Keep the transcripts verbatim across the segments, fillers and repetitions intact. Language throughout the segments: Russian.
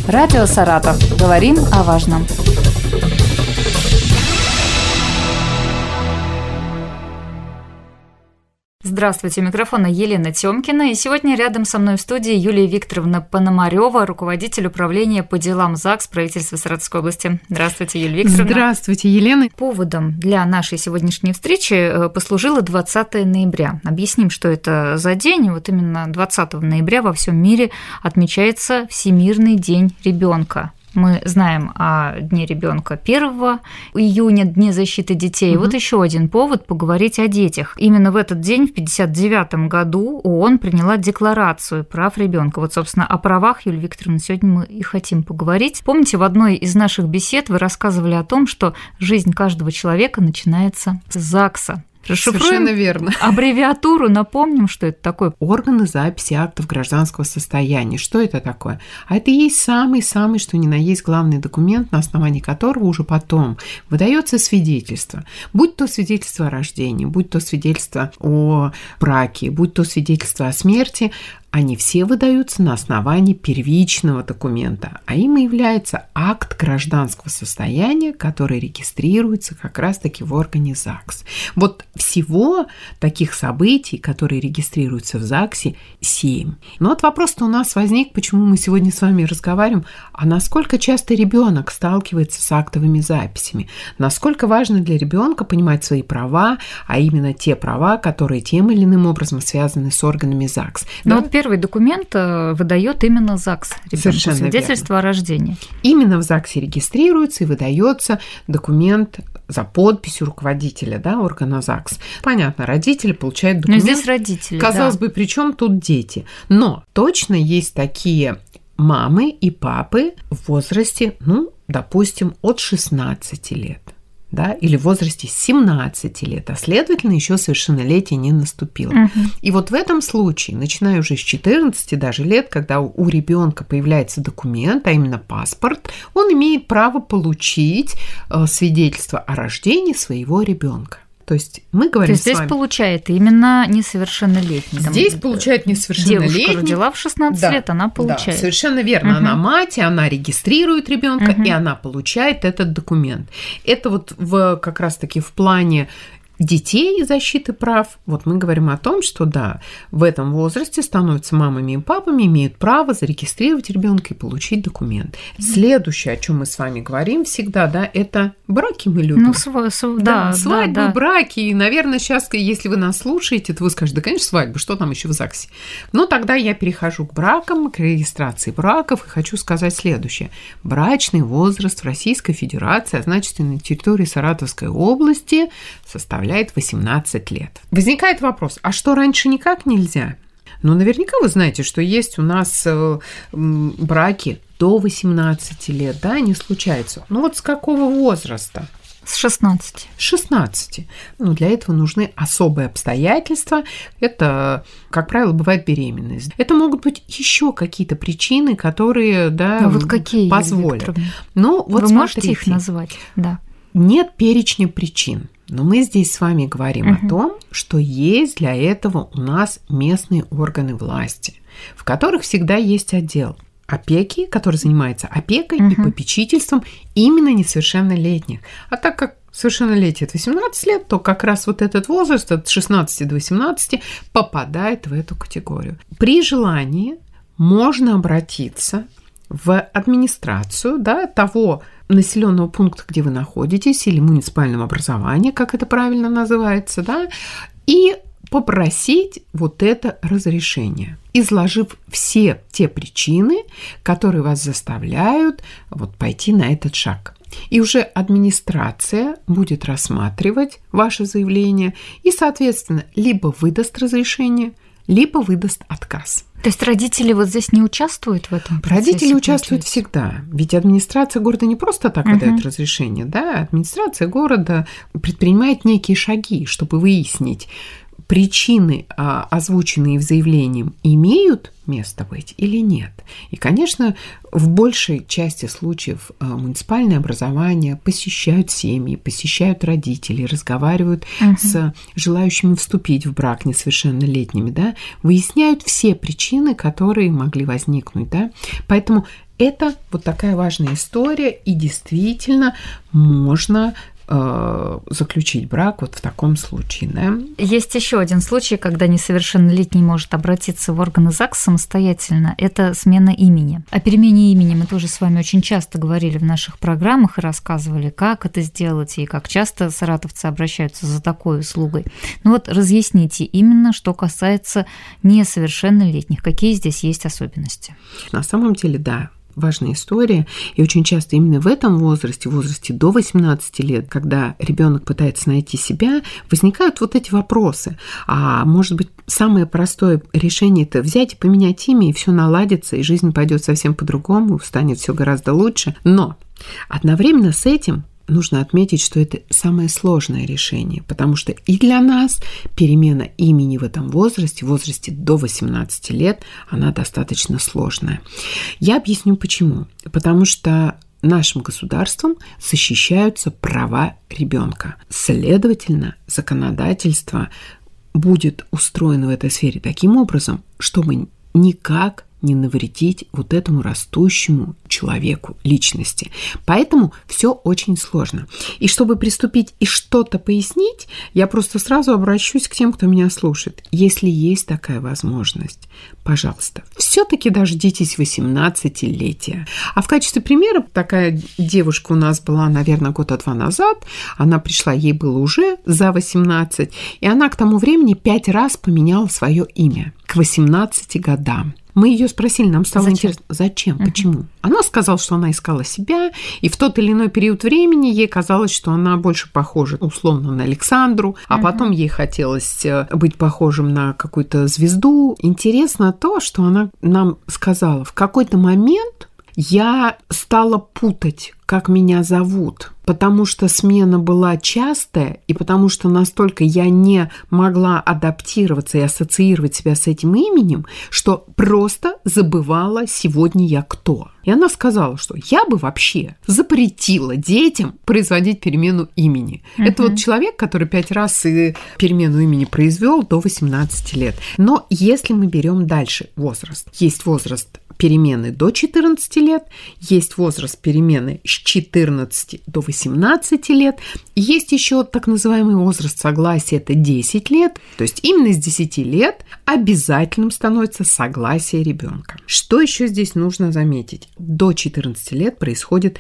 Радио «Саратов». Говорим о важном. Здравствуйте, у микрофона Елена Тёмкина, и сегодня рядом со мной в студии Юлия Викторовна Пономарёва, руководитель управления по делам ЗАГС правительства Саратовской области. Здравствуйте, Юлия Викторовна. Здравствуйте, Елена. Поводом для нашей сегодняшней встречи послужило двадцатое ноября. Объясним, что это за день. Вот именно двадцатого ноября во всем мире отмечается Всемирный день ребенка. Мы знаем о Дне ребенка первого июня, Дне защиты детей. Угу. Вот еще один повод поговорить о детях. Именно в этот день, в тысяча девятьсот пятьдесят девятом году, ООН приняла Декларацию прав ребенка. Вот, собственно, о правах, Юлия Викторовна, сегодня мы и хотим поговорить. Помните, в одной из наших бесед вы рассказывали о том, что жизнь каждого человека начинается с ЗАГСа. Совершенно верно. Аббревиатуру, напомним, что это такое. Органы записи актов гражданского состояния. Что это такое? А это и есть самый-самый, что ни на есть, главный документ, на основании которого уже потом выдается свидетельство. Будь то свидетельство о рождении, будь то свидетельство о браке, будь то свидетельство о смерти, они все выдаются на основании первичного документа, а им является акт гражданского состояния, который регистрируется как раз-таки в органе ЗАГС. Вот всего таких событий, которые регистрируются в ЗАГСе, семь. Но вот вопрос-то у нас возник, почему мы сегодня с вами разговариваем, а насколько часто ребенок сталкивается с актовыми записями, насколько важно для ребенка понимать свои права, а именно те права, которые тем или иным образом связаны с органами ЗАГС. Но да? Первый документ выдает именно ЗАГС ребенку, свидетельство верно. О рождении. Именно в ЗАГСе регистрируется и выдается документ за подписью руководителя, да, органа ЗАГС. Понятно, родители получают документ. Но здесь родители. Казалось да. бы, при чем тут дети? Но точно есть такие мамы и папы в возрасте, ну, допустим, от шестнадцати лет. Да, или в возрасте семнадцати лет, а следовательно, еще совершеннолетие не наступило. Uh-huh. И вот в этом случае, начиная уже с четырнадцати даже лет, когда у ребенка появляется документ, а именно паспорт, он имеет право получить э, свидетельство о рождении своего ребенка. То есть мы говорим То есть с вами... здесь получает именно несовершеннолетний. Здесь там, получает несовершеннолетний. Девушка родила в шестнадцать да, лет, она получает. Да, совершенно верно. Угу. Она мать, и она регистрирует ребенка, угу. и она получает этот документ. Это вот в, как раз-таки в плане детей и защиты прав, вот мы говорим о том, что да, в этом возрасте становятся мамами и папами, имеют право зарегистрировать ребенка и получить документ. Mm-hmm. Следующее, о чем мы с вами говорим всегда, да, это браки мы любим. Ну, св- св- да, да, свадьбы, да, да. браки. И, наверное, сейчас, если вы нас слушаете, то вы скажете, да, конечно, свадьбы, что там еще в ЗАГСе? Но тогда я перехожу к бракам, к регистрации браков, и хочу сказать следующее. Брачный возраст в Российской Федерации, а значит, и на территории Саратовской области, составляет восемнадцать лет. Возникает вопрос, а что раньше никак нельзя? Ну, наверняка вы знаете, что есть у нас э, браки до восемнадцати лет, да, они случаются. Ну вот с какого возраста? С шестнадцати. С шестнадцати. Ну, для этого нужны особые обстоятельства. Это, как правило, бывает беременность. Это могут быть еще какие-то причины, которые, да, ну, вот какие, позволят. Ну, вот вы смотрите, можете их назвать? Да. Нет перечня причин. Но мы здесь с вами говорим uh-huh. о том, что есть для этого у нас местные органы власти, в которых всегда есть отдел опеки, который занимается опекой uh-huh. и попечительством именно несовершеннолетних. А так как совершеннолетие – это восемнадцать лет, то как раз вот этот возраст от шестнадцати до восемнадцати попадает в эту категорию. При желании можно обратиться в администрацию, да, того населенного пункта, где вы находитесь, или муниципального образования, как это правильно называется, да, и попросить вот это разрешение, изложив все те причины, которые вас заставляют вот пойти на этот шаг. И уже администрация будет рассматривать ваше заявление и, соответственно, либо выдаст разрешение, либо выдаст отказ. То есть родители вот здесь не участвуют в этом процессе? Родители участвуют всегда. Ведь администрация города не просто так uh-huh. выдает разрешение, да? Администрация города предпринимает некие шаги, чтобы выяснить, причины, озвученные в заявлении, имеют место быть или нет. И, конечно, в большей части случаев муниципальное образование посещают семьи, посещают родителей, разговаривают угу. с желающими вступить в брак несовершеннолетними, да, выясняют все причины, которые могли возникнуть, да. Поэтому это вот такая важная история, и действительно можно заключить брак вот в таком случае. Да? Есть еще один случай, когда несовершеннолетний может обратиться в органы ЗАГС самостоятельно. Это смена имени. О перемене имени мы тоже с вами очень часто говорили в наших программах и рассказывали, как это сделать и как часто саратовцы обращаются за такой услугой. Ну вот разъясните именно, что касается несовершеннолетних. Какие здесь есть особенности? На самом деле, да, важная история, и очень часто именно в этом возрасте, в возрасте до восемнадцати лет, когда ребенок пытается найти себя, возникают вот эти вопросы. А может быть, самое простое решение – это взять и поменять имя, и все наладится, и жизнь пойдет совсем по-другому, станет все гораздо лучше. Но одновременно с этим нужно отметить, что это самое сложное решение, потому что и для нас перемена имени в этом возрасте, в возрасте до восемнадцати лет, она достаточно сложная. Я объясню почему. Потому что нашим государством защищаются права ребенка. Следовательно, законодательство будет устроено в этой сфере таким образом, чтобы никак не навредить вот этому растущему человеку, личности. Поэтому все очень сложно. И чтобы приступить и что-то пояснить, я просто сразу обращусь к тем, кто меня слушает. Если есть такая возможность, пожалуйста, все-таки дождитесь восемнадцатилетия. А в качестве примера такая девушка у нас была, наверное, года два назад. Она пришла, ей было уже за восемнадцать, и она к тому времени пять раз поменяла свое имя к восемнадцати годам. Мы ее спросили, нам стало зачем? интересно, зачем, uh-huh. почему. Она сказала, что она искала себя, и в тот или иной период времени ей казалось, что она больше похожа условно на Александру, а uh-huh. потом ей хотелось быть похожим на какую-то звезду. Интересно то, что она нам сказала. В какой-то момент я стала путать, как меня зовут, потому что смена была частая, и потому что настолько я не могла адаптироваться и ассоциировать себя с этим именем, что просто забывала, сегодня я кто. И она сказала, что я бы вообще запретила детям производить перемену имени. Uh-huh. Это вот человек, который пять раз и перемену имени произвел до восемнадцати лет. Но если мы берем дальше возраст, есть возраст перемены до четырнадцати лет, есть возраст перемены с четырнадцати до восемнадцати лет, есть еще так называемый возраст согласия, это десять лет, то есть именно с десяти лет обязательным становится согласие ребенка. Что еще здесь нужно заметить? До четырнадцати лет происходят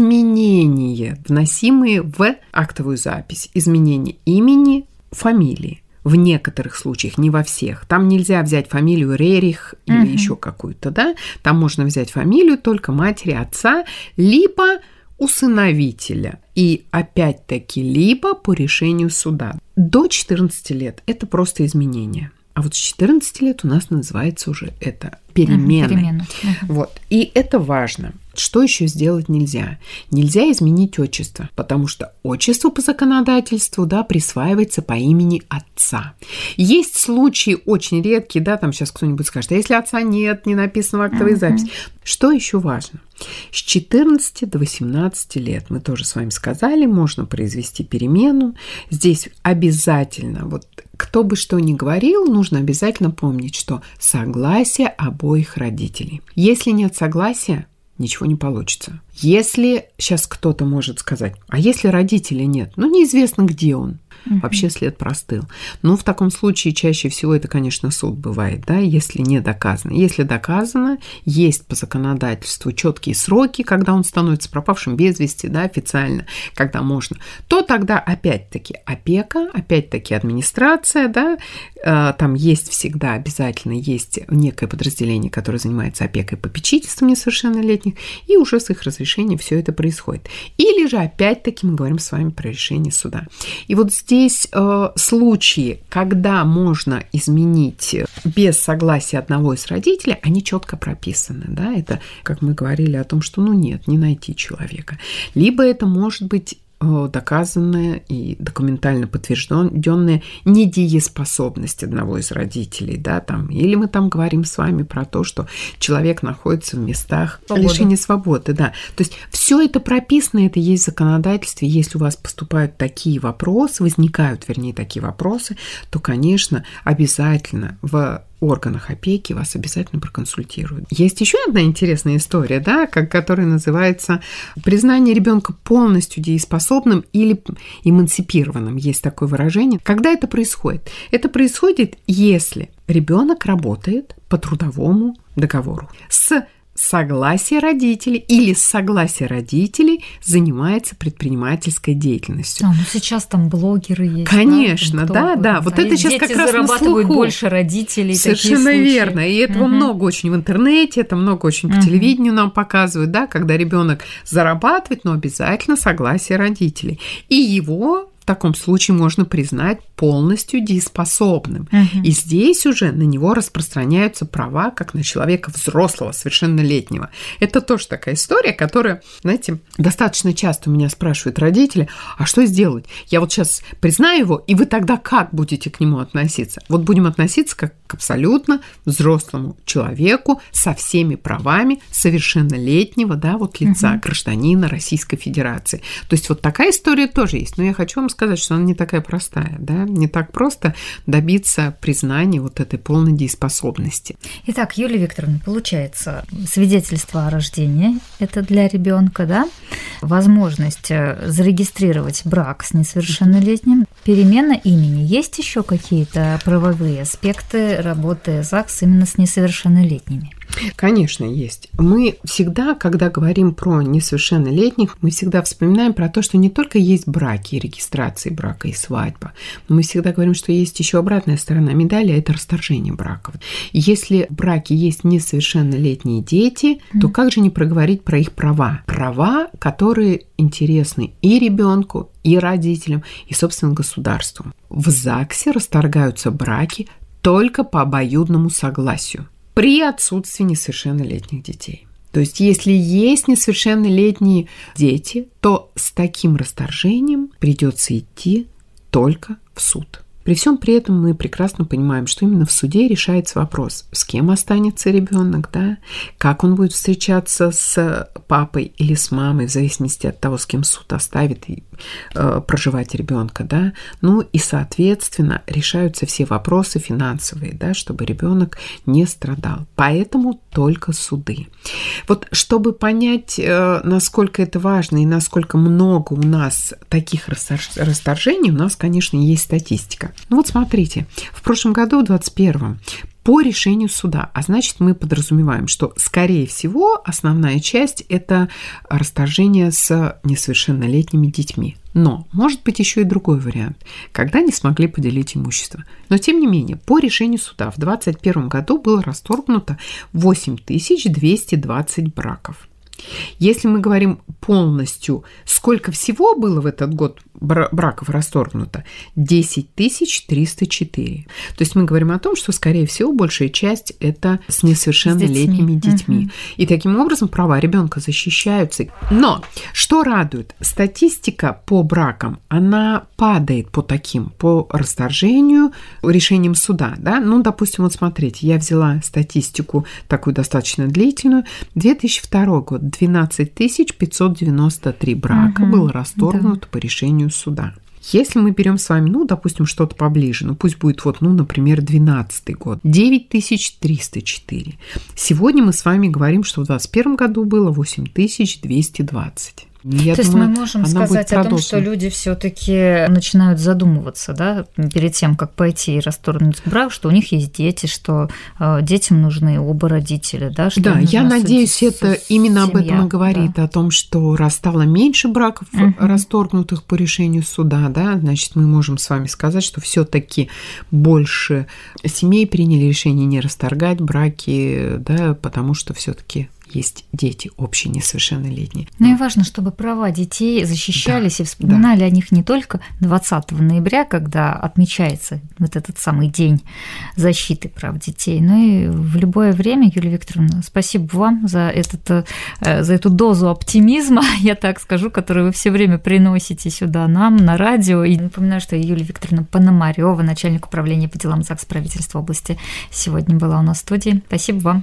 изменения, вносимые в актовую запись, изменения имени, фамилии. В некоторых случаях, не во всех. Там нельзя взять фамилию Рерих или uh-huh. еще какую-то, да? Там можно взять фамилию только матери, отца, либо усыновителя. И опять-таки, либо по решению суда. До четырнадцати лет это просто изменение. А вот с четырнадцати лет у нас называется уже это перемены. Uh-huh, перемены. Uh-huh. Вот. И это важно. Что еще сделать нельзя? Нельзя изменить отчество, потому что отчество по законодательству, да, присваивается по имени отца. Есть случаи очень редкие, да, там сейчас кто-нибудь скажет, а если отца нет, не написано в актовой uh-huh. записи. Что еще важно? С четырнадцати до восемнадцати лет, мы тоже с вами сказали, можно произвести перемену. Здесь обязательно, вот кто бы что ни говорил, нужно обязательно помнить, что согласие обоих родителей. Если нет согласия, ничего не получится. Если сейчас кто-то может сказать, а если родителей нет, ну неизвестно, где он. Uh-huh. Вообще след простыл. Ну, в таком случае чаще всего это, конечно, суд бывает, да, если не доказано. Если доказано, есть по законодательству четкие сроки, когда он становится пропавшим без вести, да, официально, когда можно, то тогда опять-таки опека, опять-таки администрация, да, э, там есть всегда обязательно есть некое подразделение, которое занимается опекой и попечительством несовершеннолетних, и уже с их разрешения все это происходит. Или же опять-таки мы говорим с вами про решение суда. И вот здесь э, случаи, когда можно изменить без согласия одного из родителей, они четко прописаны, да, это, как мы говорили о том, что, ну, нет, не найти человека. Либо это может быть доказанная и документально подтвержденная недееспособность одного из родителей, да, там, или мы там говорим с вами про то, что человек находится в местах свободы. Лишения свободы, да. То есть все это прописано, это есть в законодательстве. Если у вас поступают такие вопросы, возникают, вернее, такие вопросы, то, конечно, обязательно в органах опеки вас обязательно проконсультируют. Есть еще одна интересная история, да, которая называется признание ребенка полностью дееспособным или эмансипированным. Есть такое выражение. Когда это происходит? Это происходит, если ребенок работает по трудовому договору с согласие родителей или с согласия родителей занимается предпринимательской деятельностью. А, ну сейчас там блогеры есть. Конечно, да, да, да. Вот это сейчас как раз на слуху. Зарабатывают больше родителей. Совершенно верно. И этого угу. много очень в интернете, это много очень по угу. телевидению нам показывают, да, когда ребенок зарабатывает, но обязательно согласие родителей. И его в таком случае можно признать полностью дееспособным. Uh-huh. И здесь уже на него распространяются права, как на человека взрослого, совершеннолетнего. Это тоже такая история, которая, знаете, достаточно часто у меня спрашивают родители, а что сделать? Я вот сейчас признаю его, и вы тогда как будете к нему относиться? Вот будем относиться как к абсолютно взрослому человеку со всеми правами совершеннолетнего, да, вот лица uh-huh. гражданина Российской Федерации. То есть вот такая история тоже есть. Но я хочу вам сказать, что она не такая простая, да, не так просто добиться признания вот этой полной дееспособности. Итак, Юлия Викторовна, получается, свидетельство о рождении – это для ребенка, да, возможность зарегистрировать брак с несовершеннолетним, перемена имени. Есть еще какие-то правовые аспекты работы ЗАГС именно с несовершеннолетними? Конечно, есть. Мы всегда, когда говорим про несовершеннолетних, мы всегда вспоминаем про то, что не только есть браки, и регистрации брака и свадьба, но мы всегда говорим, что есть еще обратная сторона медали, а это расторжение браков. Если в браке есть несовершеннолетние дети, mm-hmm. то как же не проговорить про их права? Права, которые интересны и ребенку, и родителям, и, собственно, государству. В ЗАГСе расторгаются браки только по обоюдному согласию при отсутствии несовершеннолетних детей. То есть, если есть несовершеннолетние дети, то с таким расторжением придется идти только в суд. При всем при этом мы прекрасно понимаем, что именно в суде решается вопрос, с кем останется ребенок, да, как он будет встречаться с папой или с мамой, в зависимости от того, с кем суд оставит и э, проживать ребенка, да. Ну и, соответственно, решаются все вопросы финансовые, да, чтобы ребенок не страдал. Поэтому только суды. Вот чтобы понять, э, насколько это важно и насколько много у нас таких расторжений, у нас, конечно, есть статистика. Ну вот смотрите, в прошлом году, в двадцать первом, по решению суда, а значит, мы подразумеваем, что, скорее всего, основная часть – это расторжение с несовершеннолетними детьми. Но может быть еще и другой вариант, когда не смогли поделить имущество. Но, тем не менее, по решению суда в двадцать первом году было расторгнуто восемь тысяч двести двадцать браков. Если мы говорим полностью, сколько всего было в этот год браков расторгнуто? десять тысяч триста четыре. То есть мы говорим о том, что, скорее всего, большая часть это с несовершеннолетними детьми. детьми. Угу. И таким образом права ребенка защищаются. Но что радует? Статистика по бракам, она падает по таким, по расторжению решением суда. Да? Ну, допустим, вот смотрите, я взяла статистику такую достаточно длительную. две тысячи второй год. двенадцать тысяч пятьсот девяносто три брака угу, было расторгнуто да. по решению суда. Если мы берем с вами, ну, допустим, что-то поближе, ну, пусть будет вот, ну, например, двенадцатый год, девять тысяч триста четыре. Сегодня мы с вами говорим, что в двадцать первом году было восемь тысяч двести двадцать. Я То думаю, есть мы можем сказать о том, что люди все-таки начинают задумываться, да, перед тем, как пойти и расторгнуть брак, что у них есть дети, что э, детям нужны оба родителя, да. Что да, я надеюсь, с, это с, именно семья, об этом и говорит, да. о том, что раз стало меньше браков угу. расторгнутых по решению суда, да, значит, мы можем с вами сказать, что все-таки больше семей приняли решение не расторгать браки, да, потому что все-таки есть дети общие несовершеннолетние. Ну и важно, чтобы права детей защищались, да, и вспоминали, да, о них не только двадцатого ноября, когда отмечается вот этот самый день защиты прав детей, но и в любое время. Юлия Викторовна, спасибо вам за, этот, за эту дозу оптимизма, я так скажу, которую вы все время приносите сюда нам, на радио. И напоминаю, что Юлия Викторовна Пономарёва, начальник управления по делам ЗАГС правительства области, сегодня была у нас в студии. Спасибо вам.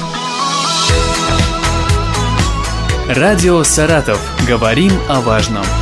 Радио «Саратов». Говорим о важном.